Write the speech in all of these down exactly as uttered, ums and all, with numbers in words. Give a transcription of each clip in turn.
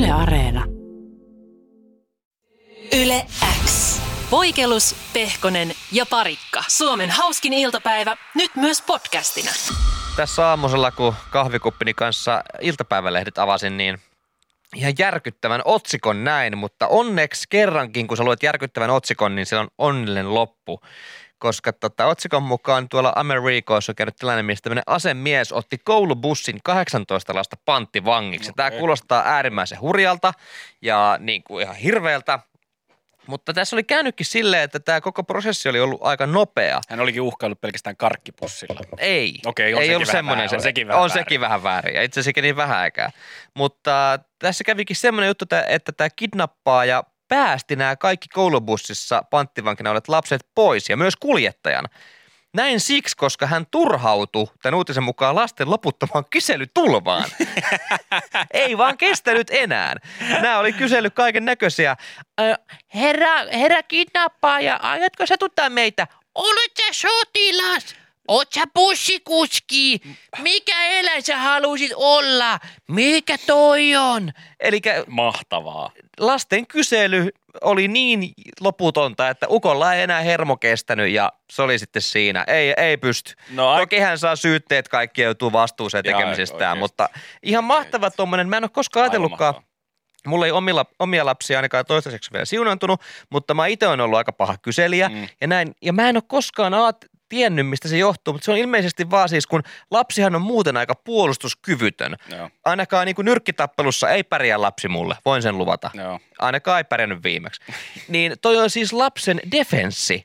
Yle Areena. Yle X. Voikelus, Pehkonen ja Parikka. Suomen hauskin iltapäivä, nyt myös podcastina. Tässä aamusella, kun kahvikuppini kanssa iltapäivälehdet avasin, niin ihan järkyttävän otsikon näin, mutta onneksi kerrankin, kun sä luet järkyttävän otsikon, niin se on onnellinen loppu. Koska tota, otsikon mukaan tuolla Amerikoissa on käynyt tilanne, missä tämmöinen asemies otti koulubussin kahdeksantoista lasta panttivangiksi. Okay. Tämä kuulostaa äärimmäisen hurjalta ja niin kuin ihan hirveältä. Mutta tässä oli käynytkin silleen, että tämä koko prosessi oli ollut aika nopea. Hän olikin uhkaillut pelkästään karkkipussilla. Ei. Okei, on ei sekin ollut vähän semmoinen. väärin. On sekin vähän on väärin. sekin vähän väärin. Ja itse asiassa niin vähääkään. Mutta tässä kävikin semmoinen juttu, että tämä kidnappaaja päästi nämä kaikki koulubussissa panttivankina olleet lapset pois ja myös kuljettajan. Näin siksi, koska hän turhautui tämän uutisen mukaan lasten loputtomaan kyselytulvaan. Ei vaan kestänyt enää. Nämä oli kysellyt kaiken näköisiä. Herra, herra kidnappaaja, aiotko sä tuttaa meitä? Olet sä sotilas? Oot sä bussikuski? Mikä eläin sä halusit olla? Mikä toi on? Elikkä Mahtavaa. lasten kysely oli niin loputonta, että ukolla ei enää hermo kestänyt ja se oli sitten siinä. Ei, ei pysty. No, ai- Toki hän saa syytteet, kaikki joutuu vastuuseen Jaa, tekemisestään, oikeesti. mutta ihan mahtava tommonen. Mä en ole koskaan Aivan ajatellutkaan. mahtavaa. Mulla ei omilla, omia lapsia ainakaan toistaiseksi vielä siunantunut, mutta mä itse olen ollut aika paha kyselijä Mm. ja näin. Ja mä en ole koskaan aat, tiennyt, mistä se johtuu, mutta se on ilmeisesti vaan siis, kun lapsihan on muuten aika puolustuskyvytön. Joo. Ainakaan niin kuin nyrkkitappelussa ei pärjää lapsi mulle, voin sen luvata. Joo. Ainakaan ei pärjännyt viimeksi. Niin toi on siis lapsen defenssi.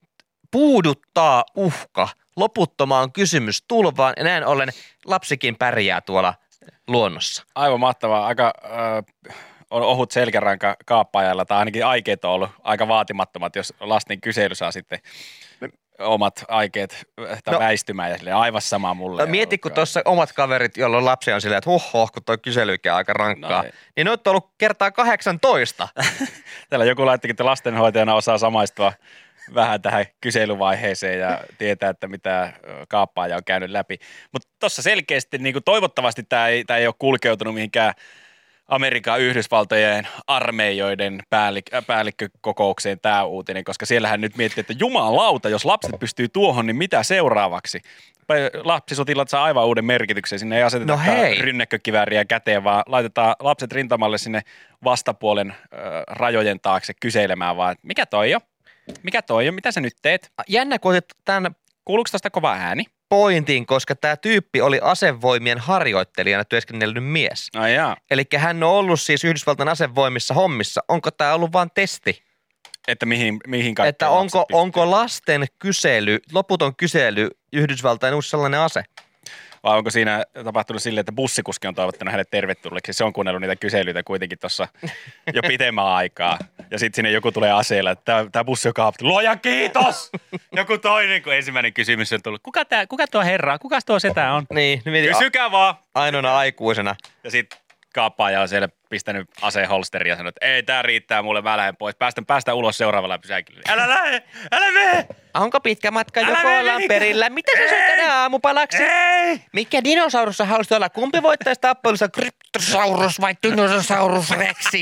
Puuduttaa uhka loputtomaan kysymys tulvaan ja näin ollen lapsikin pärjää tuolla luonnossa. Aivan mahtavaa. Aika äh, on ohut selkäranka kaappaajalla, tai ainakin aikeet on ollut aika vaatimattomat, jos lasten kysely saa sitten omat aikeet tai No. väistymään ja silleen aivan sama mulle. No, mieti, kun tuossa omat kaverit, joilla on lapsia, on silleen, että huh, huh kun toi kyselykin on aika rankkaa. No ei. Niin ne on ollut kertaa kahdeksantoista. Täällä joku laittikin, että lastenhoitajana osaa samaistua vähän tähän kyselyvaiheeseen ja tietää, että mitä kaappaaja on käynyt läpi. Mutta tuossa selkeästi niin kuin toivottavasti tämä ei, tää ei ole kulkeutunut mihinkään Amerikan Yhdysvaltojen armeijoiden päällik- äh, päällikkökokoukseen tämä uutinen, koska siellähän nyt miettii, että jumalauta, jos lapset pystyy tuohon, niin mitä seuraavaksi? Lapsisotilaat saa aivan uuden merkityksen. Sinne ei aseteta No hei. rynnäkkökivääriä käteen, vaan laitetaan lapset rintamalle sinne vastapuolen äh, rajojen taakse kyselemään vaan, että mikä toi on? Mikä toi on? Mitä sä nyt teet? Jännä, kun otit tämän Kuuluuko tosta kova ääni? pointin, koska tämä tyyppi oli asevoimien harjoittelijana työskennellyt mies. Ai jaa. Eli hän on ollut siis Yhdysvaltain asevoimissa hommissa. Onko tämä ollut vain testi? Että mihin, mihin kaikkeen Että onko, lapset pystyy? onko lasten kysely, loputon kysely Yhdysvaltain uusi sellainen ase? Vai onko siinä tapahtunut silleen, että bussikuski on toivottanut hänet tervetulleeksi? Se on kuunnellut niitä kyselyitä kuitenkin tuossa jo pitemmän aikaa. Ja sitten sinne joku tulee aseella, että tämä bussi on kaapattu. Luoja kiitos! Joku toinen, kun ensimmäinen kysymys on tullut. Kuka, tää, kuka tuo herra? Kuka tuo setä on? Niin, mietin, Kysykää vaan! a- ainoana aikuisena. Ja sitten kaappaaja on siellä pistänyt aseen holsteriin ja sanonut, että ei, tää riittää mulle, mä lähden pois. Päästän, päästään ulos seuraavalla pysäkillä. Älä lähde! Älä mene! Onko pitkä matka, Älä joko mene ollaan mihinkään. perillä? Mitä sä syöt Ei. tänään aamupalaksi? Ei! Mikä dinosaurus sä haluaisit olla? Kumpi voittaisi tappelussa, Kryptosaurus vai Tyrannosaurus Rexi?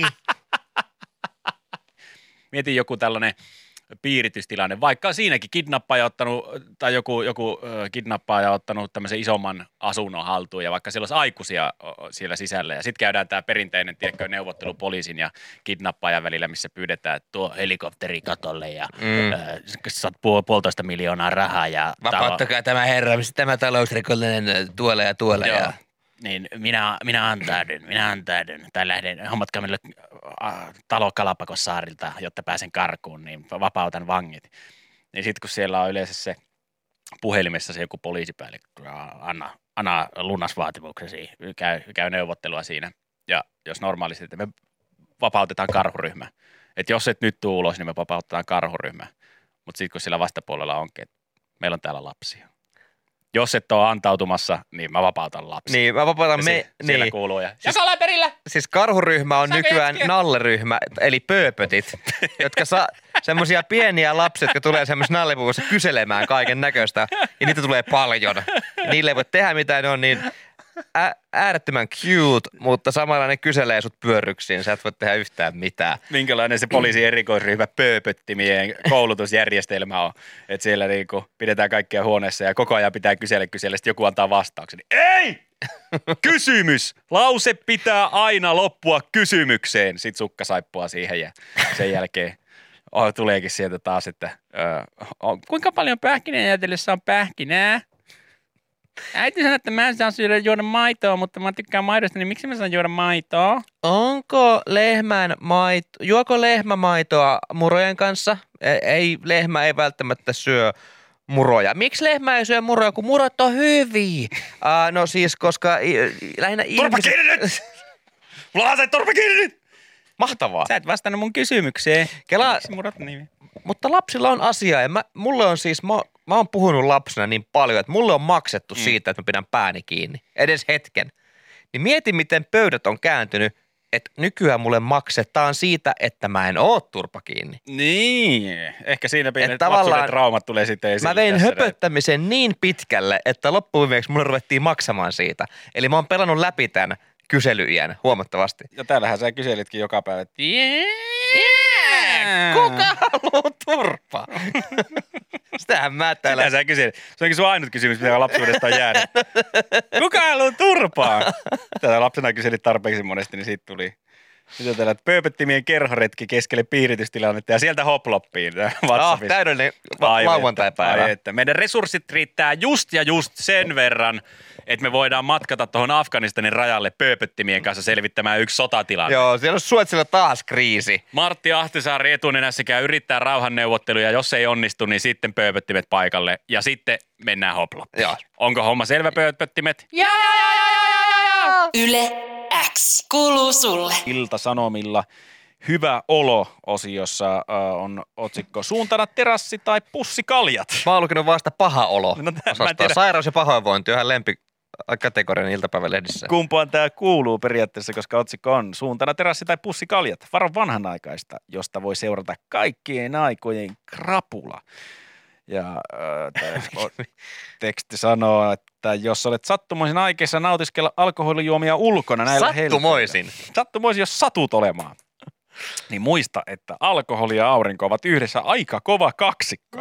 Mietin joku tällainen piiritystilanne, vaikka siinäkin kidnappaaja ottanut, tai joku, joku ö, kidnappaaja ottanut tämmöisen isomman asunnon haltuun, ja vaikka siellä olisi aikuisia o, siellä sisällä, ja sitten käydään tämä perinteinen, tiedätkö, neuvottelu poliisin ja kidnappaajan välillä, missä pyydetään, että tuo helikopteri katolle, ja mm. ö, saat puol- puolitoista miljoonaa rahaa, ja Vapauttakaa tämä herra, missä tämä talousrikollinen tuolla ja tuolla. Joo. Ja... Niin minä, minä antaudun, minä antaudun. Tai lähden hommatkaa minulle äh, talo Galapagos-saarilta, jotta pääsen karkuun, niin vapautan vangit. Niin sitten kun siellä on yleensä se puhelimessa se joku poliisipäällikkö, anna, anna lunnasvaatimuksesi, käy, käy neuvottelua siinä. Ja jos normaalisti, että me vapautetaan karhuryhmä. Että jos et nyt tuu ulos, niin me vapautetaan karhuryhmä. Mutta sitten kun siellä vastapuolella onkin, että meillä on täällä lapsia. Jos et ole antautumassa, niin mä vapautan lapsia. Niin, mä vapautan Ja me... se, siellä niin. kuuluu. Ja, siis, joka perillä! Siis karhuryhmä on Saako nykyään jätkiä? nalleryhmä, eli pööpötit, jotka saa semmoisia pieniä lapsia, jotka tulee semmoisessa nallepuvussa kyselemään kaiken näköistä, ja niitä tulee paljon. Ja niille ei voi tehdä mitään, ne on niin ä- äärettömän cute, mutta samalla ne kyselee sut pyörryksiin. Sä et voi tehdä yhtään mitään. Minkälainen se poliisin erikoisryhmä pööpöttimien koulutusjärjestelmä on. Että siellä niinku pidetään kaikkia huoneessa ja koko ajan pitää kysellä kysellä, sitten joku antaa vastauksen. Ei! Kysymys! Lause pitää aina loppua kysymykseen. Sitten sukka saippua siihen ja sen jälkeen oh, tuleekin sieltä taas, että ö, oh, kuinka paljon pähkinäjäätelössä on pähkinää? Äiti sanoi, että mä en saa syödä juoda maitoa, mutta mä tykkään maidosta, niin miksi mä saan juoda maitoa? Onko lehmän maito, juoko lehmä maitoa murojen kanssa? Ei, lehmä ei välttämättä syö muroja. Miksi lehmä ei syö muroja, kun murot on hyviä? Uh, no siis, koska i, lähinnä Turpa ihmiset... kiinni nyt! Mulla on se turpa kiinni nyt! Mahtavaa. Sä et vastannut mun kysymykseen. Kela... Miksi murot nimi? Mutta lapsilla on asiaa ja mä, mulle on siis, mä, mä oon puhunut lapsena niin paljon, että mulle on maksettu mm. siitä, että mä pidän pääni kiinni. Edes hetken. Niin mieti, miten pöydät on kääntynyt, että nykyään mulle maksetaan siitä, että mä en oo turpa kiinni. Niin, ehkä siinä pienet tavallaan lapsuuden traumat tulee sitten esille. Mä vein tässä höpöttämisen näin niin pitkälle, että loppuviimeksi mulle ruvettiin maksamaan siitä. Eli mä oon pelannut läpi tämän kyselyjän huomattavasti. Ja täällähän sä kyselitkin joka päivä, että yeah, yeah, kuka haluaa turpaa? Sitähän mä täällä... Sitä sä kyselit. Se onkin sun ainut kysymys, mitä lapsuudesta on jäänyt. Kuka haluaa turpaa? Tätä lapsena kyselit tarpeeksi monesti, niin siitä tuli. Mitä täällä, että pööpöttimien kerhoretki keskelle piiritystilannetta ja sieltä hoploppiin. Ah, täydellinen lauantai-päivä. Että meidän resurssit riittää just ja just sen verran, että me voidaan matkata tuohon Afganistanin rajalle pööpöttimien kanssa selvittämään yksi sotatilanne. Joo, siellä on Suetsilla taas kriisi. Martti Ahtisaari etunenässä käy yrittää rauhanneuvotteluja. Jos ei onnistu, niin sitten pööpöttimet paikalle ja sitten mennään hoploppiin. Joo. Onko homma selvä, pööpöttimet? Ja, ja, ja, ja, ja, ja, ja. Yle X kuuluu sulle. Ilta-Sanomilla Hyvä olo-osiossa äh, on otsikko Suuntana terassi tai pussikaljat. Mä oon lukenut vasta paha olo. No, mä en Osastaa. tiedä. Sairaus ja pahoinvointi on ihan lempikategorian iltapäivälehdissä. Kumpaan tämä kuuluu periaatteessa, koska otsikko on Suuntana terassi tai pussikaljat. Varo vanhanaikaista, josta voi seurata kaikkien aikojen krapula. Ja äh, teksti sanoo, että jos olet sattumoisin aikeissa nautiskella alkoholijuomia ulkona näillä Sattumoisin. helteillä. Sattumoisin, jos satut olemaan. Niin muista, että alkoholi ja aurinko ovat yhdessä aika kova kaksikko.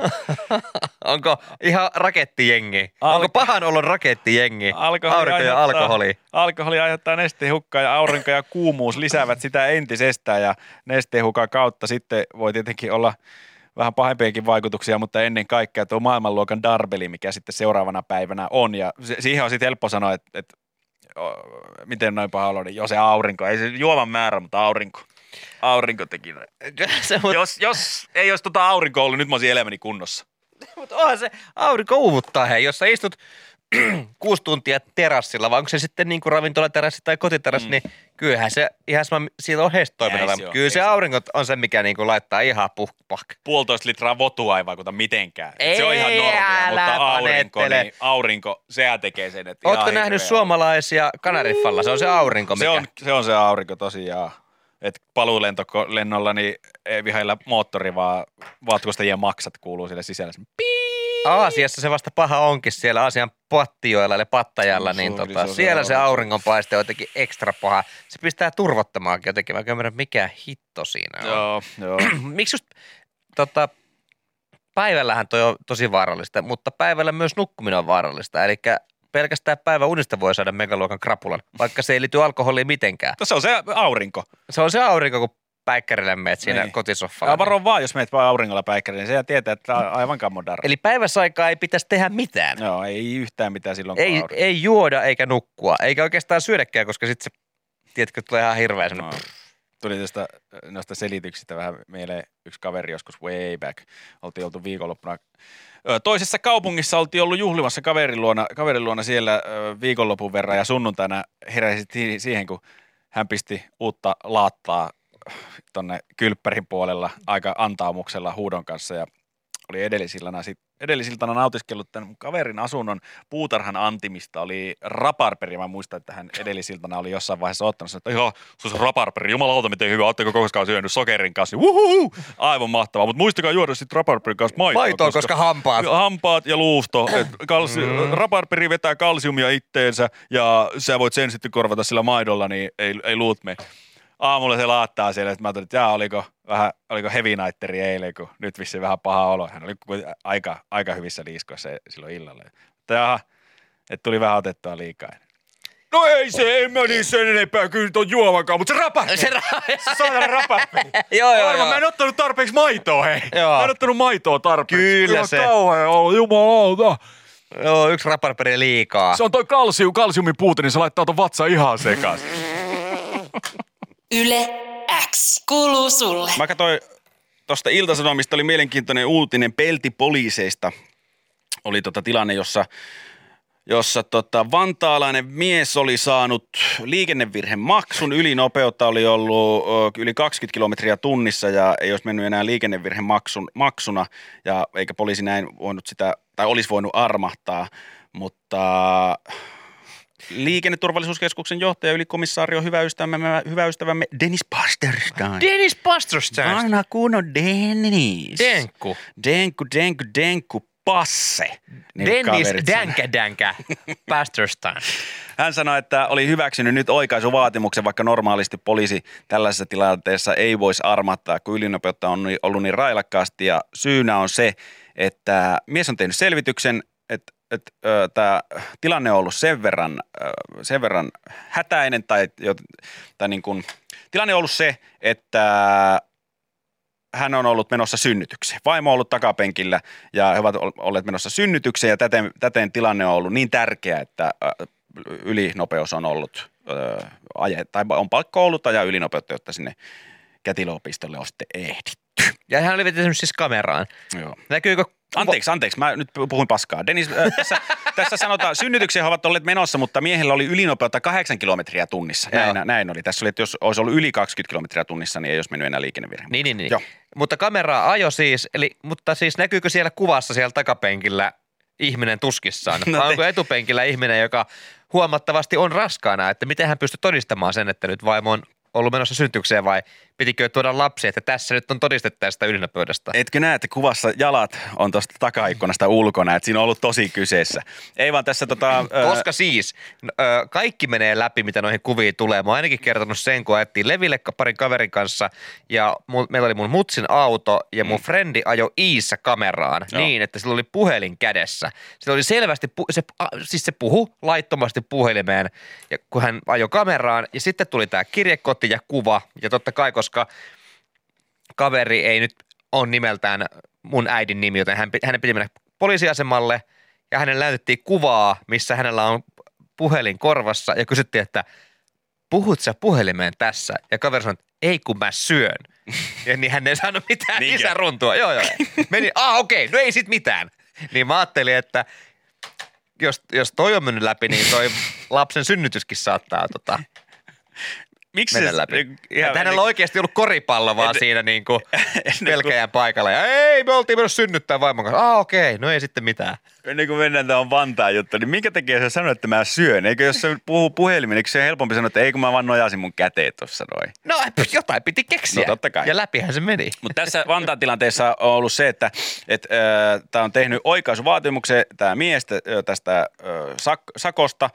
Onko ihan rakettijengi? Al- Onko pahan olon rakettijengi? Alkoholi Aurinko ja aiheuttaa- alkoholi. Alkoholi aiheuttaa nestehukkaa ja aurinko ja kuumuus lisäävät sitä entisestään ja nestehukan kautta sitten voi tietenkin olla vähän pahempiakin vaikutuksia, mutta ennen kaikkea tuo maailmanluokan darbeli, mikä sitten seuraavana päivänä on. Ja se, siihen on sitten helppo sanoa, että, että o, miten noin paha olo, niin jo se aurinko, ei se juoman määrä, mutta aurinko. Aurinko teki noin. Se, mut, Jos, jos ei olisi tota aurinkoa ollut, nyt mä olisin elämäni kunnossa. mutta onhan se aurinko uuvuttaa, hei. Jos sä istut kuusi tuntia terassilla, vai onko se sitten niin kuin ravintolaterassi tai kotiterassi, mm. niin kyllähän se ihan sama, siitä on hestoiminalla. Ei se Kyllä ole, se ei se aurinko on se, mikä niin kuin laittaa ihan puhpak. Puolitoista litraa votua ei vaikuta mitenkään. Ei, se on ihan normia, älä mutta aurinko, panettele. niin aurinko, sehän tekee sen, että Ootko ihan nähnyt hirveä suomalaisia Kanariffalla? Se on se aurinko, mikä. Se on, se on se aurinko tosiaan. Että paluulennolla niin ei vihailla moottori, vaan matkustajien maksat kuuluu sille sisällä. Aasiassa se vasta paha onkin siellä Aasian pattijoilla eli pattajalla, Se on niin suuri, tota, se on se siellä se aurinko. auringonpaiste on jotenkin ekstra paha. Se pistää turvottamaankin jotenkin, vaikka ymmärrä mikä hitto siinä on. Joo, joo. Miksi just, tota, päivällähän toi on tosi vaarallista, mutta päivällä myös nukkuminen on vaarallista, eli pelkästään päivän unista voi saada megaluokan krapulan, vaikka se ei liity alkoholiin mitenkään. Se on se aurinko. Se on se aurinko, kun päikkärille meet siinä Niin. kotisoffalla. Ja varo vaan, jos meet vaan auringolla päikkäriin, niin sehän tietää, että on aivan kammodarra. Eli päiväsaikaa ei pitäisi tehdä mitään. Joo, ei yhtään mitään silloin, kun Ei, aurinko. ei juoda eikä nukkua, eikä oikeastaan syödäkään, koska sitten se, tiedätkö, tulee ihan hirveä No. semmoinen. Tuli tästä noista selityksistä vähän mieleen yksi kaveri joskus way back. Oltiin oltu viikonloppuna. Ö, Toisessa kaupungissa oltiin ollut juhlimassa kaverin luona, kaverin luona siellä ö, viikonlopun verran ja sunnuntaina heräsi ti- siihen, kun hän pisti uutta laattaa tonne kylppärin puolella aika antaumuksella huudon kanssa ja oli edellisillana, sit, edellisiltana nautiskellut tämän mun kaverin asunnon puutarhan antimista, oli raparperi. Mä muistan, että hän edellisiltana oli jossain vaiheessa ottanut, että ihan, se on raparperi, jumalauta miten hyvä, ootteko koskaan syönyt sokerin kanssa, uhuhu, aivan mahtavaa, mutta muistakaa juoda sitten raparperin kanssa maitoa. Maitoa, koska, koska hampaat. Hampaat ja luusto, kalsi, mm. raparperi vetää kalsiumia itteensä ja sä voit sen sitten korvata sillä maidolla, niin ei, ei luut me. Aamulla se laattaa siellä, että mä ajattelin, että jaa, oliko, vähän, oliko heavy nighteri eilen, kun nyt vissiin vähän paha olo. Hän oli aika, aika hyvissä liiskoissa silloin illalla. Mutta jaha, että tuli vähän otettua liikaa. No ei se, en mä niin sen enempää kyllä ton juomakaan, mutta se raparperi. Se, ra- se saadaan raparperi. joo, joo, Arva, joo. mä en ottanut tarpeeksi maitoa, hei. Joo. Mä en ottanut maitoa tarpeeksi. Kyllä Ihan se. kauhean olo, jumalauta. Joo, yksi raparperi liikaa. Se on toi kalsium, kalsiumin puute, niin se laittaa ton vatsa ihan sekaisin. Yle X kuuluu sulle. Mä katsoin tuosta Ilta-Sanomista, oli mielenkiintoinen uutinen peltipoliiseista. Oli tota tilanne, jossa, jossa tota vantaalainen mies oli saanut liikennevirhemaksun. Ylinopeutta oli ollut ö, yli kaksikymmentä kilometriä tunnissa ja ei olisi mennyt enää liikennevirhemaksun maksuna. Ja eikä poliisi näin voinut sitä, tai olisi voinut armahtaa, mutta Liikenneturvallisuuskeskuksen johtaja ylikomissaario hyvä ystävämme, hyvä ystävämme Dennis Pasterstein. Dennis Pasterstein. Vanha kunnon Dennis. Denkku. Denkku, Denkku, Denkku, Passe. Niin Dennis kaverit Dänkä Dänkä Pasterstein. Hän sanoi, että oli hyväksynyt nyt oikaisuvaatimuksen, vaikka normaalisti poliisi tällaisessa tilanteessa ei voisi armahtaa, kun ylinopeutta on ollut niin railakkaasti. Ja syynä on se, että mies on tehnyt selvityksen, että että tämä tilanne on ollut sen verran, ö, sen verran hätäinen tai, tai niin kuin, tilanne on ollut se, että hän on ollut menossa synnytykseen. Vaimo on ollut takapenkillä ja he ovat olleet menossa synnytykseen ja täten, täten tilanne on ollut niin tärkeä, että ö, ylinopeus on ollut, ö, aje, tai on pakko ollut ajaa ylinopeutta, jotta sinne kätilöopistolle on sitten ehditty. Ja hän oli vetänyt siis kameraan. Joo. Näkyykö? Anteeksi, anteeksi, mä nyt puhuin paskaa. Dennis, äh, tässä, tässä sanotaan, synnytyksiä he ovat olleet menossa, mutta miehellä oli ylinopeutta kahdeksan kilometriä tunnissa. Näin, näin oli. Tässä oli, että jos olisi ollut yli kaksikymmentä kilometriä tunnissa, niin ei olisi mennyt enää liikennevirhe. Niin, niin, niin. Joo. Mutta kameraa ajo siis, eli, mutta siis näkyykö siellä kuvassa siellä takapenkillä ihminen tuskissaan? No Vai te... onko etupenkillä ihminen, joka huomattavasti on raskaana, että miten hän pystyy todistamaan sen, että nyt vaimo on ollut menossa syntykseen vai pitikö tuoda lapsi, että tässä nyt on todiste tästä ylinopeudesta? Etkö näe, että kuvassa jalat on tuosta takaikkunasta ulkona, että siinä on ollut tosi kyseessä. Ei vaan tässä tota... Koska siis ö, kaikki menee läpi, mitä noihin kuviin tulee. Mä oon ainakin kertonut sen, kun ajettiin Leville parin kaverin kanssa ja mu, meillä oli mun mutsin auto ja mun mm. frendi ajo Iissä kameraan. Joo. Niin, että sillä oli puhelin kädessä. Sillä oli selvästi, pu, se, a, siis se puhu laittomasti puhelimeen, ja kun hän ajoi kameraan ja sitten tuli tää kirjekoti ja kuva ja totta kai, koska kaveri ei nyt ole nimeltään mun äidin nimi, joten hän, hänen piti mennä poliisiasemalle ja hänen näytettiin kuvaa, missä hänellä on puhelin korvassa ja kysyttiin, että puhut sä puhelimeen tässä? Ja kaveri sanoi, että ei kun mä syön. Ja niin hän ei saanut mitään lisäruntua. Joo, joo. Meni, ah okei, okay, no ei sit mitään. Niin mä ajattelin, että jos, jos toi on mennyt läpi, niin toi lapsen synnytyskin saattaa tota... Miksi mennä se, läpi. Ihan, että hänellä on oikeasti ollut koripallo vaan en, siinä niin kuin pelkäjän paikalla. Ja ei, me oltiin menossa synnyttää vaimon kanssa. Ah okei, okay, no ei sitten mitään. Ennen kuin mennään tähän Vantaan juttu, niin minkä takia sä sanoit, että mä syön? Eikö jos sä puhuu puhelimen, eikö se helpompi sanoa, että ei kun mä vaan nojasin mun käteen tuossa noin? No jotain piti keksiä. No totta kai. Ja läpihän se meni. Mutta tässä Vantaan tilanteessa on ollut se, että et, äh, tämä on tehnyt oikaisuvaatimuksen tämä mies äh, tästä äh, sak- sakosta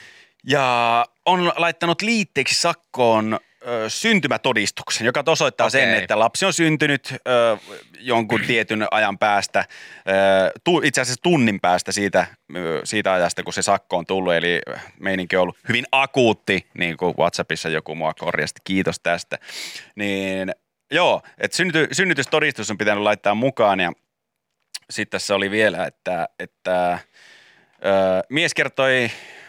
ja on laittanut liitteeksi sakkoon ö, syntymätodistuksen, joka osoittaa okay. sen, että lapsi on syntynyt ö, jonkun tietyn ajan päästä, ö, tu, itse asiassa tunnin päästä siitä, ö, siitä ajasta, kun se sakko on tullut. Eli meininki on ollut hyvin akuutti, niin kuin WhatsAppissa joku mua korjasti. Kiitos tästä. Niin joo, että synnyty, synnytystodistus on pitänyt laittaa mukaan ja sitten tässä oli vielä, että, että ö, mies kertoi...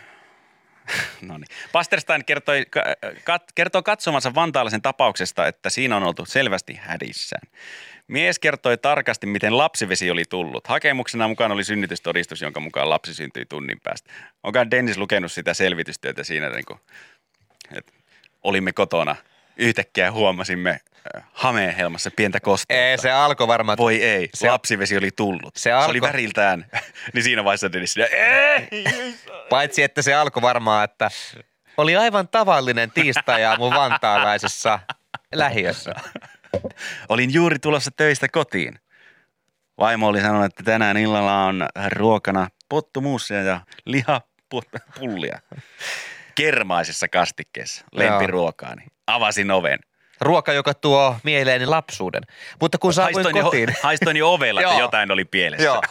No niin. Pasterstein kertoi, kat, kertoo katsomansa vantaalaisen tapauksesta, että siinä on oltu selvästi hädissään. Mies kertoi tarkasti, miten lapsivesi oli tullut. Hakemuksena mukaan oli synnytystodistus, jonka mukaan lapsi syntyi tunnin päästä. Onkohan Dennis lukenut sitä selvitystyötä siinä, niin kuin, että olimme kotona yhtäkkiä huomasimme äh, hameenhelmassa pientä kosteutta. Ei, se alkoi varmaan. Voi ei, se, lapsivesi oli tullut. Se, se alko... oli väriltään. Niin siinä vaiheessa Dennis, ei! Paitsi, että se alkoi varmaan, että oli aivan tavallinen tiistai-aamu vantaalaisessa lähiössä. Olin juuri tulossa töistä kotiin. Vaimo oli sanonut, että tänään illalla on ruokana pottumuusia ja lihapullia. Kermaisessa kastikkeessa, lempiruokaani. Avasin oven. Ruoka, joka tuo mieleeni lapsuuden. Mutta kun saavuin haistoin kotiin... Jo, haistoin jo ovella, että jotain oli pielessä. Joo.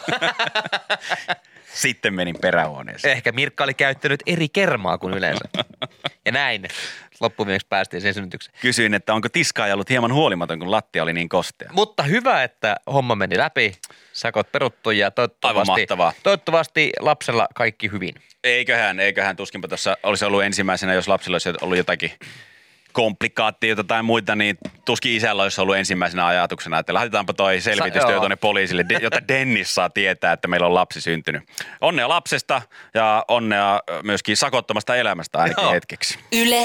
Sitten menin perähuoneeseen. Ehkä Mirkka oli käyttänyt eri kermaa kuin yleensä. Ja näin loppuviimeksi päästiin sen synnytykseen. Kysyin, että onko tiskaaja ollut hieman huolimaton, kun lattia oli niin kostea. Mutta hyvä, että homma meni läpi. Sakot peruttu ja toivottavasti, toivottavasti lapsella kaikki hyvin. Eiköhän, eiköhän tuskinpa tuossa olisi ollut ensimmäisenä, jos lapsilla olisi ollut jotakin komplikaatioita tai muita, niin tuskin isällä olisi ollut ensimmäisenä ajatuksena, että laitetaanpa toi selvitystyö tuonne poliisille, jotta Dennis saa tietää, että meillä on lapsi syntynyt. Onnea lapsesta ja onnea myöskin sakottomasta elämästä ainakin joo. hetkeksi. Yle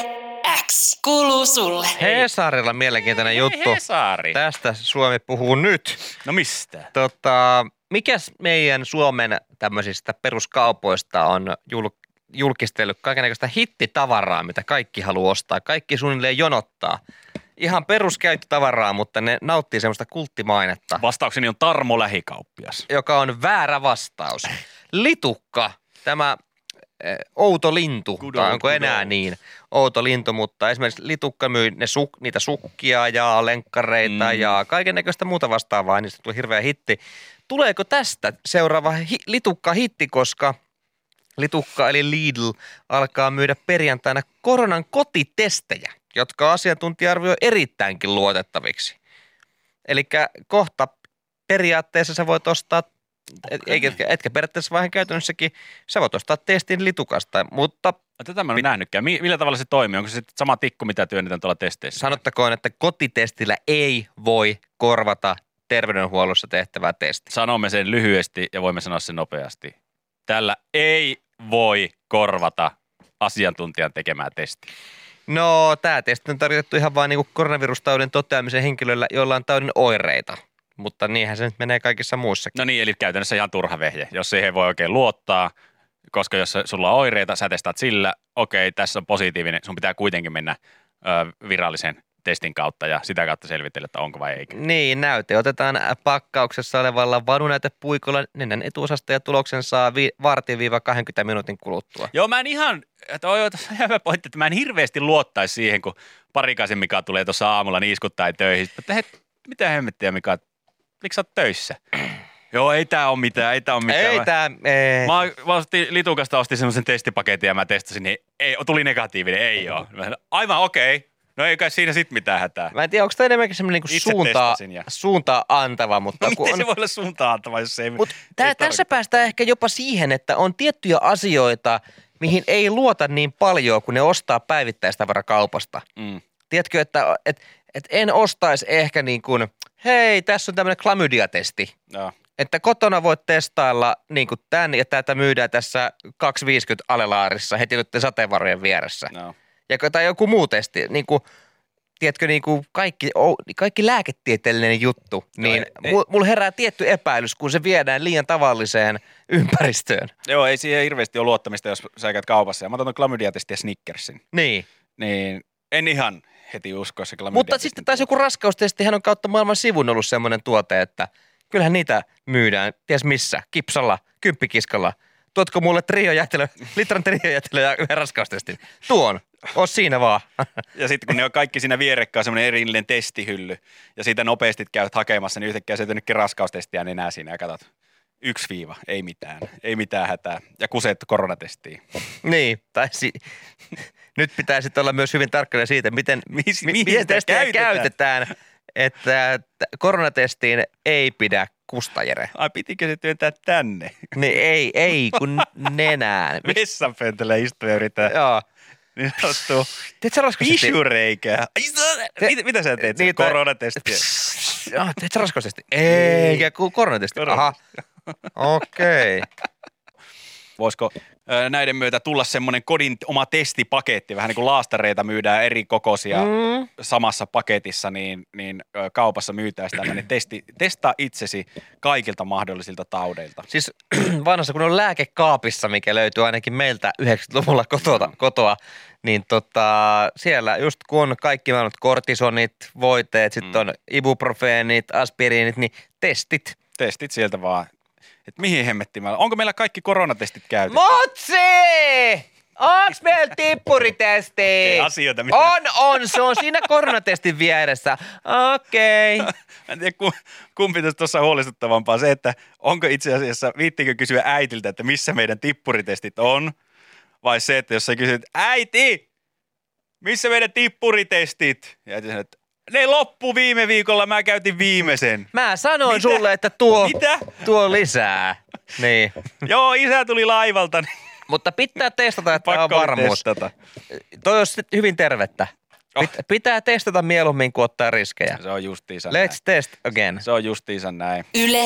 X kuuluu sulle. Hesarilla mielenkiintoinen juttu. Hesari. Tästä Suomi puhuu nyt. No mistä? Tota, mikäs meidän Suomen tämmöisistä peruskaupoista on julkaistu? julkistellut kaikennäköistä hittitavaraa, mitä kaikki haluaa ostaa. Kaikki suunnilleen jonottaa. Ihan peruskäyttötavaraa, mutta ne nauttii semmoista kulttimainetta. Vastaukseni on Tarmo Lähikauppias. Joka on väärä vastaus. Litukka, tämä eh, outo lintu, good tai onko enää niin outo lintu, mutta esimerkiksi Litukka myy ne suk, niitä sukkia ja lenkkareita mm. ja kaikennäköistä muuta vastaavaa, niistä tuli hirveä hitti. Tuleeko tästä seuraava hi, Litukka hitti, koska Litukka eli Lidl alkaa myydä perjantaina koronan kotitestejä, jotka asiantuntija arvioi erittäinkin luotettaviksi. Eli kohta periaatteessa sä voit ostaa, okay. etkä, etkä periaatteessa vähän käytännössäkin, sä voit ostaa testin Litukasta, mutta... Tätä mä en ole nähnytkään. Millä tavalla se toimii? Onko se sama tikku, mitä työnnetään tuolla testeissä? Sanottakoon, että kotitestillä ei voi korvata terveydenhuollossa tehtävää testiä. Sanomme sen lyhyesti ja voimme sanoa sen nopeasti. Tällä ei voi korvata asiantuntijan tekemää testiä. No, tämä testi on tarkoitettu ihan vain niin koronavirustaudin toteamisen henkilöllä, joilla on taudin oireita. Mutta niinhän se nyt menee kaikissa muissakin. No niin, eli käytännössä ihan turha vehje, jos siihen voi oikein luottaa, koska jos sulla on oireita, sä testaat sillä, okei, tässä on positiivinen, sun pitää kuitenkin mennä ö, virallisen testin kautta ja sitä kautta selvitellä, että onko vai eikö. Niin, näyte otetaan pakkauksessa olevalla vadunäytepuikolla nenän etuosasta ja tuloksen saa vi- vartin-kaksikymmentä minuutin kuluttua. Joo, mä en ihan, että on hyvä pointti, että mä en hirveästi luottaisi siihen, kun Parikaisen Mika tulee tuossa aamulla niiskuttain töihin. Että he, mitä hemmettiä Mika, miksi sä oot töissä? Joo, ei tää ole mitään, ei tää ole mitään. Ei tää, ei. Mä, mä ostin, Litukasta ostin semmoisen testipaketin ja mä testasin, niin ei, tuli negatiivinen, ei oo. Aivan okei. Okay. No ei kai siinä sit mitään hätää. Mä en tiedä, onko tämä enemmänkin semmoinen niin suuntaa, ja... suuntaa antava. Mutta no miten on... se voi olla suuntaa antava, jos se ei... Mut tää, tässä päästään ehkä jopa siihen, että on tiettyjä asioita, mihin ei luota niin paljon, kun ne ostaa päivittäistavarakaupasta. Mm. Tiedätkö, että et, et en ostaisi ehkä niin kuin, hei, tässä on tämmöinen klamydia-testi. No. Että kotona voit testailla niin kuin tämän ja tätä myydään tässä kaksi viisikymmentä alelaarissa heti nyt sateenvarjojen vieressä. No. Ja, tai joku muu testi, niin kuin, tiedätkö, niin kuin kaikki, kaikki lääketieteellinen juttu, niin no, mulla herää tietty epäilys, kun se viedään liian tavalliseen ympäristöön. Joo, ei siihen hirveästi ole luottamista, jos sä käyt kaupassa. Ja mä otan tuon klamydia-testin ja Snickersin. Niin. Niin en ihan heti usko se klamydia. Mutta sitten taas joku raskaustestihän on kautta maailman sivun ollut semmoinen tuote, että kyllähän niitä myydään, ties missä, kipsalla, kymppikiskalla. Tuotko mulle triojätelö, litran triojätelö ja yhden raskaustestin? Tuon. Oo siinä vaan. Ja sitten kun ne on kaikki siinä vierekkäin semmoinen erillinen testihylly ja siitä nopeasti käyt hakemassa, niin yhtäkkiä se nytkin raskaustestiä enää siinä ja katsot. Yksi viiva, ei mitään, ei mitään hätää. Ja kuseet koronatestiin. Niin, tai si- nyt pitää sitten olla myös hyvin tarkkana siitä, miten, Mis, mi- miten testiä käytetään. käytetään, että koronatestiin ei pidä kustajere. Ai pitikö se työntää tänne? Niin ei, ei kun nenään. Vessanpöntöllä istuu ja yrittää. Joo. Niin sattuu. Teet sä raskaustesti? Pisureikää. Mitä, mitä sä teet? Niitä... Koronatestiä. Joo, teet sä raskaustesti? Eikä koronatesti. Aha. Okei. Okay. Voisiko näiden myötä tulla semmoinen kodin oma testipaketti, vähän niin kuin laastareita myydään eri kokoisia mm. samassa paketissa, niin, niin kaupassa myytäisiin tämmöinen testi, testaa itsesi kaikilta mahdollisilta taudeilta. Siis vanhassa kun on lääkekaapissa, mikä löytyy ainakin meiltä yhdeksänkymmentäluvulla kotoa, kotoa niin tota, siellä just kun on kaikki maailmat kortisonit, voiteet, sitten mm. on ibuprofeenit, aspiriinit, niin testit. Testit sieltä vaan. Et mihin hemmettiin mä? Onko meillä kaikki koronatestit käytetty? Motsi! Onks meillä tippuritesti? Okay, asioita. Mitä... On, on. Se on siinä koronatestin vieressä. Okei. Okay. Mä en tiedä, kumpi tuossa huolestuttavampaa. Se, että onko itse asiassa, viittiinkö kysyä äitiltä, että missä meidän tippuritestit on? Vai se, että jos sä kysyt, äiti, missä meidän tippuritestit? Ja äiti sanoo, että ne loppu viime viikolla, mä käytin viimeisen. Mä sanoin Mitä? sulle, että tuo, Mitä? tuo lisää. Niin. Joo, isä tuli laivalta. Mutta pitää testata, että Pakko on varmuus. Testata. Toi on hyvin tervettä. Oh. Pitää testata mieluummin kuin ottaa riskejä. Se on justiinsa Let's näin. test again. Se on justiinsa näin. Yle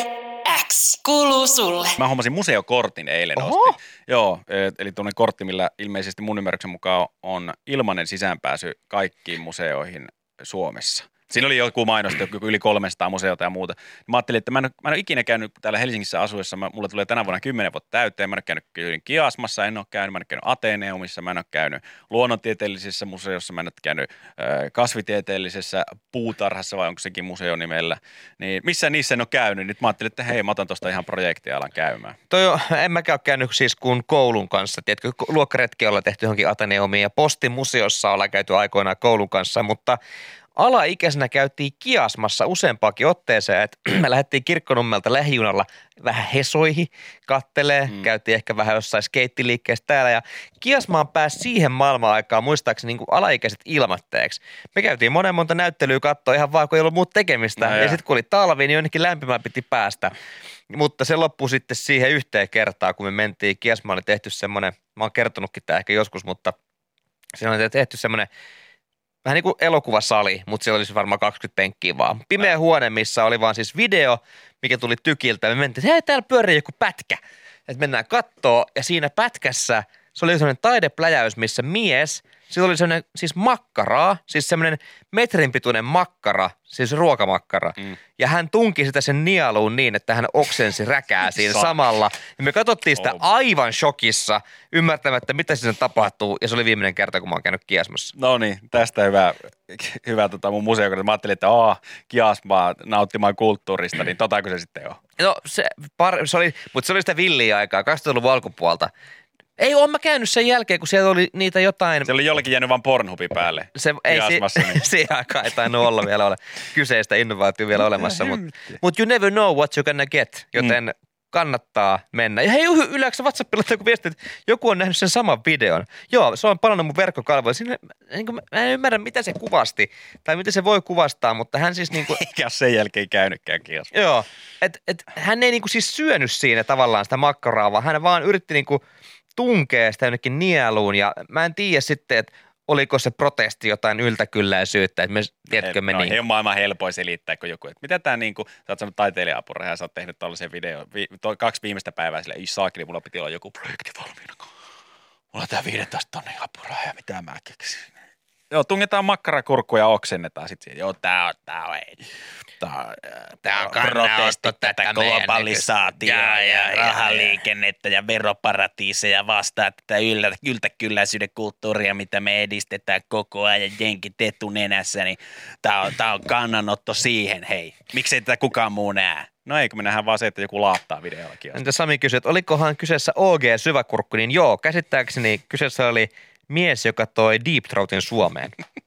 X kuuluu sulle. Mä hommasin museokortin eilen. Oho. Ostin. Joo, eli tuollainen kortti, millä ilmeisesti mun ymmärryksen mukaan on ilmainen sisäänpääsy kaikkiin museoihin Suomessa. Siinä oli joku mainos, joku yli kolmesataa museota ja muuta. Mä ajattelin, että mä en, mä en ole ikinä käynyt täällä Helsingissä asuessa. Mä, mulla tulee tänä vuonna kymmenen vuotta täyteen. Mä en ole käynyt Kiasmassa, en ole käynyt. Mä en ole käynyt Ateneumissa, mä en ole käynyt luonnontieteellisessä museossa. Mä en ole käynyt äh, kasvitieteellisessä puutarhassa, vai onko sekin museo nimellä. Niin missä niissä en ole käynyt. Nyt mä ajattelin, että hei, mä otan tuosta ihan projektia alan käymään. Toi on, en mäkään ole käynyt siis kuin koulun kanssa. Tiedätkö, luokkaretki ollaan tehty johonkin Ateneumiin ja Postimuseossa ollaan käyty aikoinaan koulun kanssa, mutta alaikäisenä käytiin Kiasmassa useampaakin otteeseen, että me lähdettiin Kirkkonummelta lähijunalla vähän hesoihin kattelee, mm. käytiin ehkä vähän jossain skeittiliikkeessä täällä ja Kiasmaan pääsi siihen maailman aikaan muistaakseni niin kuin alaikäiset ilmatteeksi. Me käytiin monen monta näyttelyä katsoa ihan vaan, kun ei ollut muuta tekemistä no, ja, ja sitten kun oli talvi, niin jonnekin lämpimään piti päästä. Mutta se loppui sitten siihen yhteen kertaan, kun me mentiin. Kiasmaan oli tehty semmoinen, mä oon kertonutkin tämä ehkä joskus, mutta siinä oli tehty semmoinen vähän niin kuin elokuvasali, mutta siellä olisi varmaan kaksikymmentä penkkiä vaan. Pimeä huone, missä oli vaan siis video, mikä tuli tykiltä. Me mentiin, että hei, täällä pyörii joku pätkä. Että mennään kattoo ja siinä pätkässä se oli sellainen taidepläjäys, missä mies, sillä oli sellainen siis makkaraa, siis semmoinen metrin pituinen makkara, siis ruokamakkara. Mm. Ja hän tunki sitä sen nieluun niin, että hän oksensi räkää siinä samalla. Ja me katsottiin sitä aivan shokissa, ymmärtämättä mitä siinä tapahtuu. Ja se oli viimeinen kerta, kun mä oon käynyt Kiasmassa. No niin, tästä hyvä, hyvä tota mun museokortti. Mä ajattelin, että aah, Kiasmaa nauttimaan kulttuurista, niin totako se sitten on? No se, par, se oli, mutta se oli sitä villiä aikaa, kaksituhattaluvun alkupuolta. Ei ole mä käynyt sen jälkeen, kun siellä oli niitä jotain. Se oli jollekin jäänyt vaan Pornhubin päälle. Se, ei, si- niin. Siihen aikaan ei tainnut olla vielä ole kyseistä innovaatio vielä olemassa, mutta mut you never know what you're gonna get, joten mm. kannattaa mennä. Ja hei, yleensä WhatsAppilla joku viesti, että joku on nähnyt sen saman videon. Joo, se on palannut mun verkkokalvoille. Siinä, niin kuin, mä en ymmärrä, mitä se kuvasti tai mitä se voi kuvastaa, mutta hän siis niin kuin eikä ole sen jälkeen käynytkään Kiasmassa. Joo, että et, hän ei niin kuin siis syönyt siinä tavallaan sitä makkaraa, vaan hän vaan yritti niin kuin tunkee sitä jonnekin nieluun ja mä en tiedä sitten, että oliko se protesti jotain yltäkylläisyyttä, että me, tiedätkö me no, niin. Ei ole maailman helpoin selittää kuin joku, että mitä tää niinku, sä oot sanonut taiteilija-apuraha ja sä oot tehnyt tollaisen video, vi, to, kaksi viimeistä päivää sille, ei saakeli, mulla piti olla joku projekti valmiina, kun mulla on tää viidentoista tonnin apuraha ja mitä mä keksin. Joo, tungetaan makkarakurkkuja ja oksennetaan sit siihen, joo tää on, tää on, ei. Tää, tää on protesti tätä globalisaatiota ja, ja, ja rahaliikennettä ja veroparatiiseja vastaan tätä yl- yltäkylläisyyden kulttuuria, mitä me edistetään koko ajan jenkit etunenässä, niin tää on, tää on kannanotto siihen, hei. Miksei tätä kukaan muu näe? No ei, kun me nähdään vaan se, että joku laattaa videollakin. Entä Sami kysyi, että olikohan kyseessä O G-syväkurkku, niin joo, käsittääkseni kyseessä oli mies, joka toi Deep Throatin Suomeen.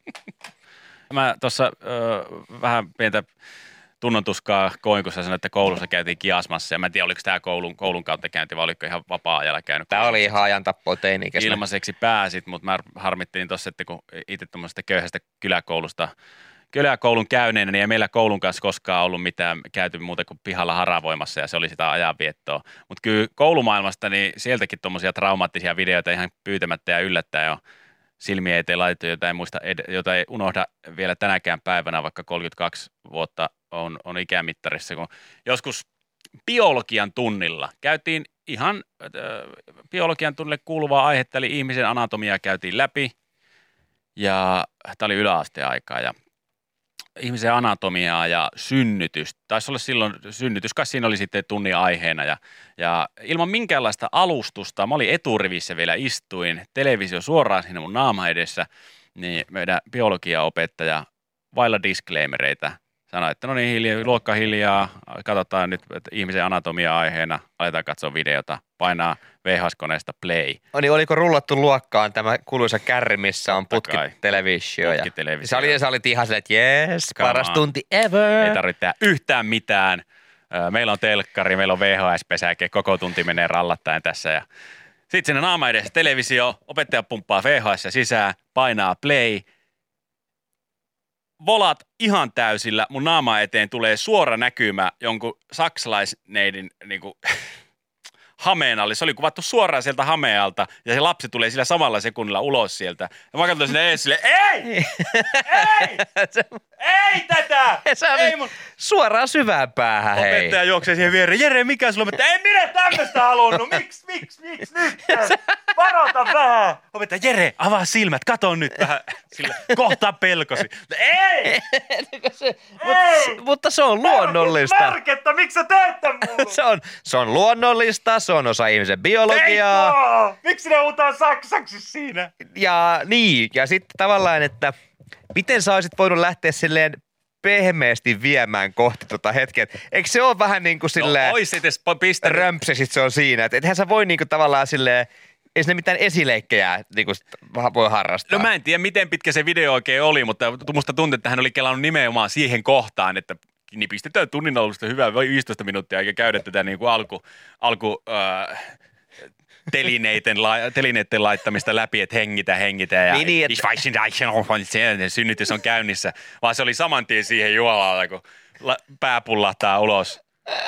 Mä tuossa vähän pientä tunnontuskaa koin, kun sä sanoit, että koulussa käytiin Kiasmassa. Ja mä en tiedä, oliko tämä koulun, koulun kautta käynti vai oliko ihan vapaa-ajalla käynyt. Tämä oli ihan ajan tappoa teini-ikäisenä. Ilmaiseksi pääsit, mutta mä harmittelin tuossa, että kun itse tuommoisesta köyhästä kyläkoulusta, kyläkoulun käyneenä, niin ei meillä koulun kanssa koskaan ollut mitään käyty muuta kuin pihalla haravoimassa ja se oli sitä ajanviettoa. Mutta kyllä koulumaailmasta, niin sieltäkin tuommoisia traumaattisia videoita ihan pyytämättä ja yllättäen jo silmiä eteen laitettu, jota ei, muista, jota ei unohda vielä tänäkään päivänä, vaikka kolmekymmentäkaksi vuotta on, on ikämittarissa, kun joskus biologian tunnilla käytiin ihan äh, biologian tunnille kuuluvaa aihetta, eli ihmisen anatomiaa käytiin läpi. Ja tämä oli yläasteen aikaa ja ihmisen anatomiaa ja synnytys. Taisi olla silloin synnytys, kai siinä oli sitten tunnin aiheena. Ja, ja ilman minkäänlaista alustusta, mä olin eturivissä vielä istuin, televisio suoraan siinä mun naama edessä, niin meidän biologiaopettaja vailla disclaimereita sanoi, että no niin, hiljaa, luokka hiljaa, katsotaan nyt että ihmisen anatomia aiheena, aletaan katsoa videota, painaa V H S-koneesta play. No niin, oliko rullattu luokkaan tämä kuuluisa kärri, missä on putkitelevisio? Putkitelevisio. Se oli, sä olit ihan silleen, että jes, Come paras on. tunti ever. Ei tarvitse yhtään mitään. Meillä on telkkari, meillä on V H S-pesäke, koko tunti menee rallattaen tässä. Ja sitten sinne naama edessä televisio, opettaja pumppaa V H S sisään, painaa play. Volat ihan täysillä, mun naama eteen tulee suora näkymä jonkun saksalaisneidin niin kuin, hameen alle. Se oli kuvattu suoraan sieltä hamealta ja se lapsi tulee sillä samalla sekunnilla ulos sieltä. Ja mä katsoin sinne ees silleen, ei! Ei! Ei tätä! Ei mun... Suoraan syvään päähän, hei. Opettaja juoksee siihen viereen. Jere, mikä sulla? Mutta en minä tämmöistä halunnut. Miksi, miksi, miksi nyt? Varota vähän. Opettaja, Jere, avaa silmät. Kato nyt vähän. Sillä kohta pelkosi. Ei! se, Mut, mutta se on luonnollista. Märkettä, miksi sä teet tän mulle? se, on, se on luonnollista, se on osa ihmisen biologiaa. Ei, miksi ne huutaa saksaksi siinä? Ja niin, ja sitten tavallaan, että miten sä olisit voinut lähteä silleen pehmeästi viemään kohti tota hetkeä. Eikö se ole vähän niin kuin silleen... No ois edes pistänyt. Römpsesit se on siinä. Että ethän sä voi niin kuin tavallaan silleen... Ei sinne mitään esileikkejä niin kuin voi harrastaa. No mä en tiedä, miten pitkä se video oikein oli, mutta musta tuntui, että hän oli kelannut nimenomaan siihen kohtaan, että niin pistetään tunnin alusta hyvää viisitoista minuuttia, eikä käydä tätä niin kuin alku, alku äh, telineiden, la, telineiden laittamista läpi, että hengitä, hengitä ja niin, että... synnytys on käynnissä, vaan se oli saman tien siihen juolalla, kun la, pää pullahtaa ulos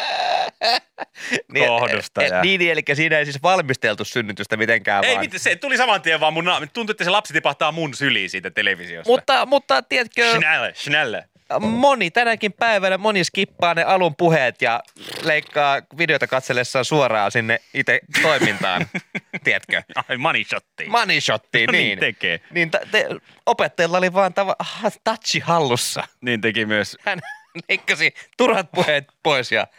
kohdusta. Niin, ja... niin, eli siinä ei siis valmisteltu synnytystä mitenkään ei, vaan. Mit, se tuli saman tien vaan mun naami. Tuntui, että se lapsi tipahtaa mun syliin siitä televisiosta. Mutta, mutta tiedätkö... Schnelle, schnelle. Moni tänäkin päivänä, moni skippaa ne alun puheet ja leikkaa videota katsellessaan suoraan sinne itse toimintaan, tiedätkö? Ai money shottiin. Money shottiin, no, niin. niin tekee. Niin ta- te, opettajalla oli vaan tava, aha, touchi hallussa. Niin teki myös. Hän leikkasi turhat puheet pois ja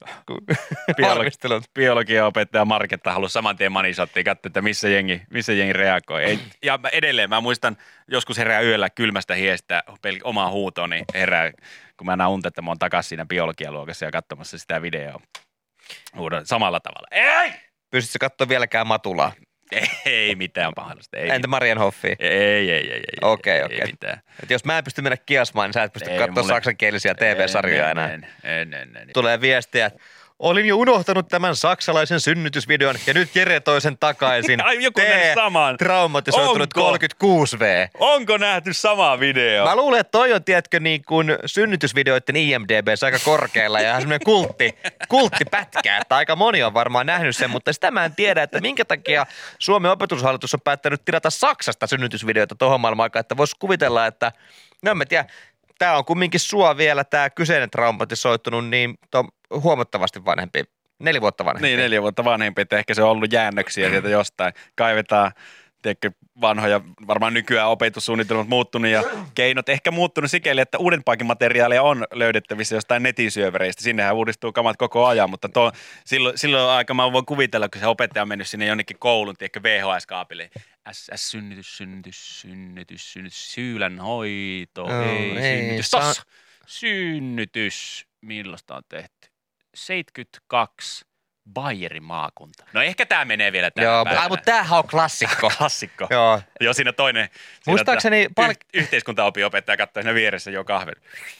Biologi- biologiaopettaja Marketta halusi saman tien money shottiin, katsoa, että missä jengi, missä jengi reagoi. Ei, ja edelleen mä muistan, joskus herää yöllä kylmästä hiestä pel- omaa huutoon, niin herää, kun mä näen unta, että mä oon takaisin siinä biologialuokassa ja katsomassa sitä videoa. Huudan samalla tavalla. Ei! Pystytkö katsoa vieläkään Matulaa? Ei, ei mitään pahallista. Ei, Entä Marienhoffia? ei, ei, ei, ei. Okei, ei, okei. Ei mitään. Et jos mä en pysty mennä kiasmaan, niin sä et pysty Ei, katsoa mulle- saksankielisiä T V-sarjoja En, enää. En, en, en, en. Tulee viestiä, että olin jo unohtanut tämän saksalaisen synnytysvideon ja nyt Jere toi sen takaisin. Ai, joku on nähnyt saman. Traumatisoitunut Onko? kolmekymmentäkuusi V. Onko nähty sama video? Mä luulen, että toi on, tiedätkö, niin kuin synnytysvideoiden I M D B:ssä aika korkealla ja semmoinen kultti, kulttipätkä, että aika moni on varmaan nähnyt sen, mutta sitä mä en tiedä, että minkä takia Suomen opetushallitus on päättänyt tilata Saksasta synnytysvideoita tohon maailman aikaan, että vois kuvitella, että, no en mä tiedä, tää on kumminkin sua vielä, tää kyseinen traumatisoitunut, niin to, huomattavasti vanhempi, neljä vuotta vanhempi. Niin, neljä vuotta vanhempi, että ehkä se on ollut jäännöksiä sieltä jostain. Kaivetaan, tiedätkö, vanhoja, varmaan nykyään opetussuunnitelmat muuttunut ja keinot ehkä muuttunut sikäli, että uudempaakin materiaalia on löydettävissä jostain netin syövereistä. Sinnehän uudistuu kamat koko ajan, mutta tuo, silloin, silloin aika mä voin kuvitella, kun se opettaja on mennyt sinne jonnekin koulun, tiedätkö, V H S-kaapille. S S, synnytys, synnytys, synnytys, synnytys, syylän hoito, Oh, ei, ei, synnytys. sa- Tossa, synnytys, millaista on tehty? seitsemänkymmentäkaksi, Bayerin maakunta. No ehkä tämä menee vielä tänä Joo, päivänä. ai, mutta tämähän on klassikko. Klassikko. Joo. Joo, siinä toinen. Siinä Muistaakseni tätä palk- yh- yhteiskuntaopin opettaja katsoi siinä vieressä jo kahven.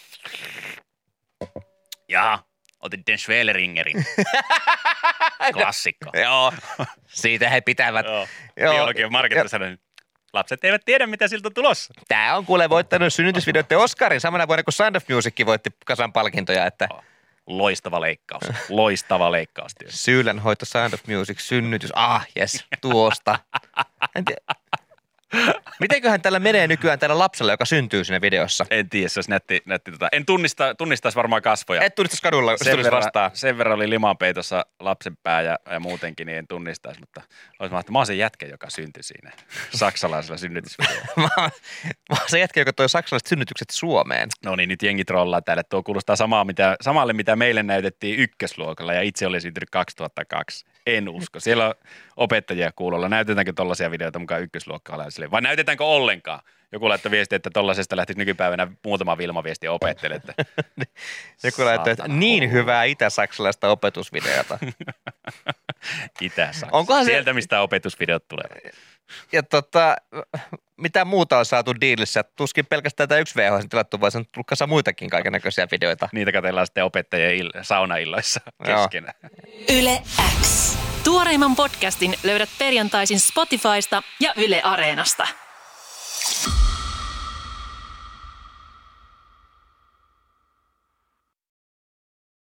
Jaha, otin Den Schweleringerin. Klassikko. Joo, siitä he pitävät. Joo. Joo. Biologian Marketta sanoi, lapset eivät tiedä, mitä siltä on tulossa. Tää on kuule voittanut synnytysvideoiden Oscarin samana vuonna kuin Sound of Music voitti kasan palkintoja, että Loistava leikkaus. Loistava leikkaustyö. Syylänhoito, Sound of Music, synnytys, ah jes, tuosta. En tiedä. Mitenköhän tällä menee nykyään tällä lapsella, joka syntyy siinä videossa? En tiedä, se olisi nätti, nätti tota. En tunnista, tunnistaisi varmaan kasvoja. Et tunnistaisi kadulla, jos tulisi verran, vastaan. sen verran oli limanpeitossa lapsen pää ja, ja muutenkin, niin en tunnistaisi, mutta olisi mahtaa. Mä oon se jätkä, joka syntyi siinä saksalaisella synnytysvideolla. mä, oon, mä oon se jätkä, joka toi saksalaiset synnytykset Suomeen. No niin, nyt jengi trollaa täällä. Tuo kuulostaa samaa, mitä, samalle, mitä meille näytettiin ykkösluokalla ja itse olin syntynyt kaksituhattakaksi. En usko. Siellä on opettajia kuulolla. Näytetäänkö tollaisia videoita mukaan ykkösluokkalaisille? Vai näytetäänkö ollenkaan? Joku laittoi viestiä, että tollasesta lähtisi nykypäivänä muutama Vilma-viestiä opettelee. Että... Joku laittoi, että niin hyvää itä-saksalaista opetusvideota. Itä-Saksa. Onkohan se... Sieltä, mistä opetusvideot tulee. Ja tota, mitä muuta on saatu diilissä? Tuskin pelkästään tämä yksi V H S tilattu, vaan se on tullut kanssa muitakin kaikennäköisiä videoita. Niitä katsellaan sitten opettajien il- saunailloissa keskenään. Yle X. Tuoreimman podcastin löydät perjantaisin Spotifysta ja Yle Areenasta.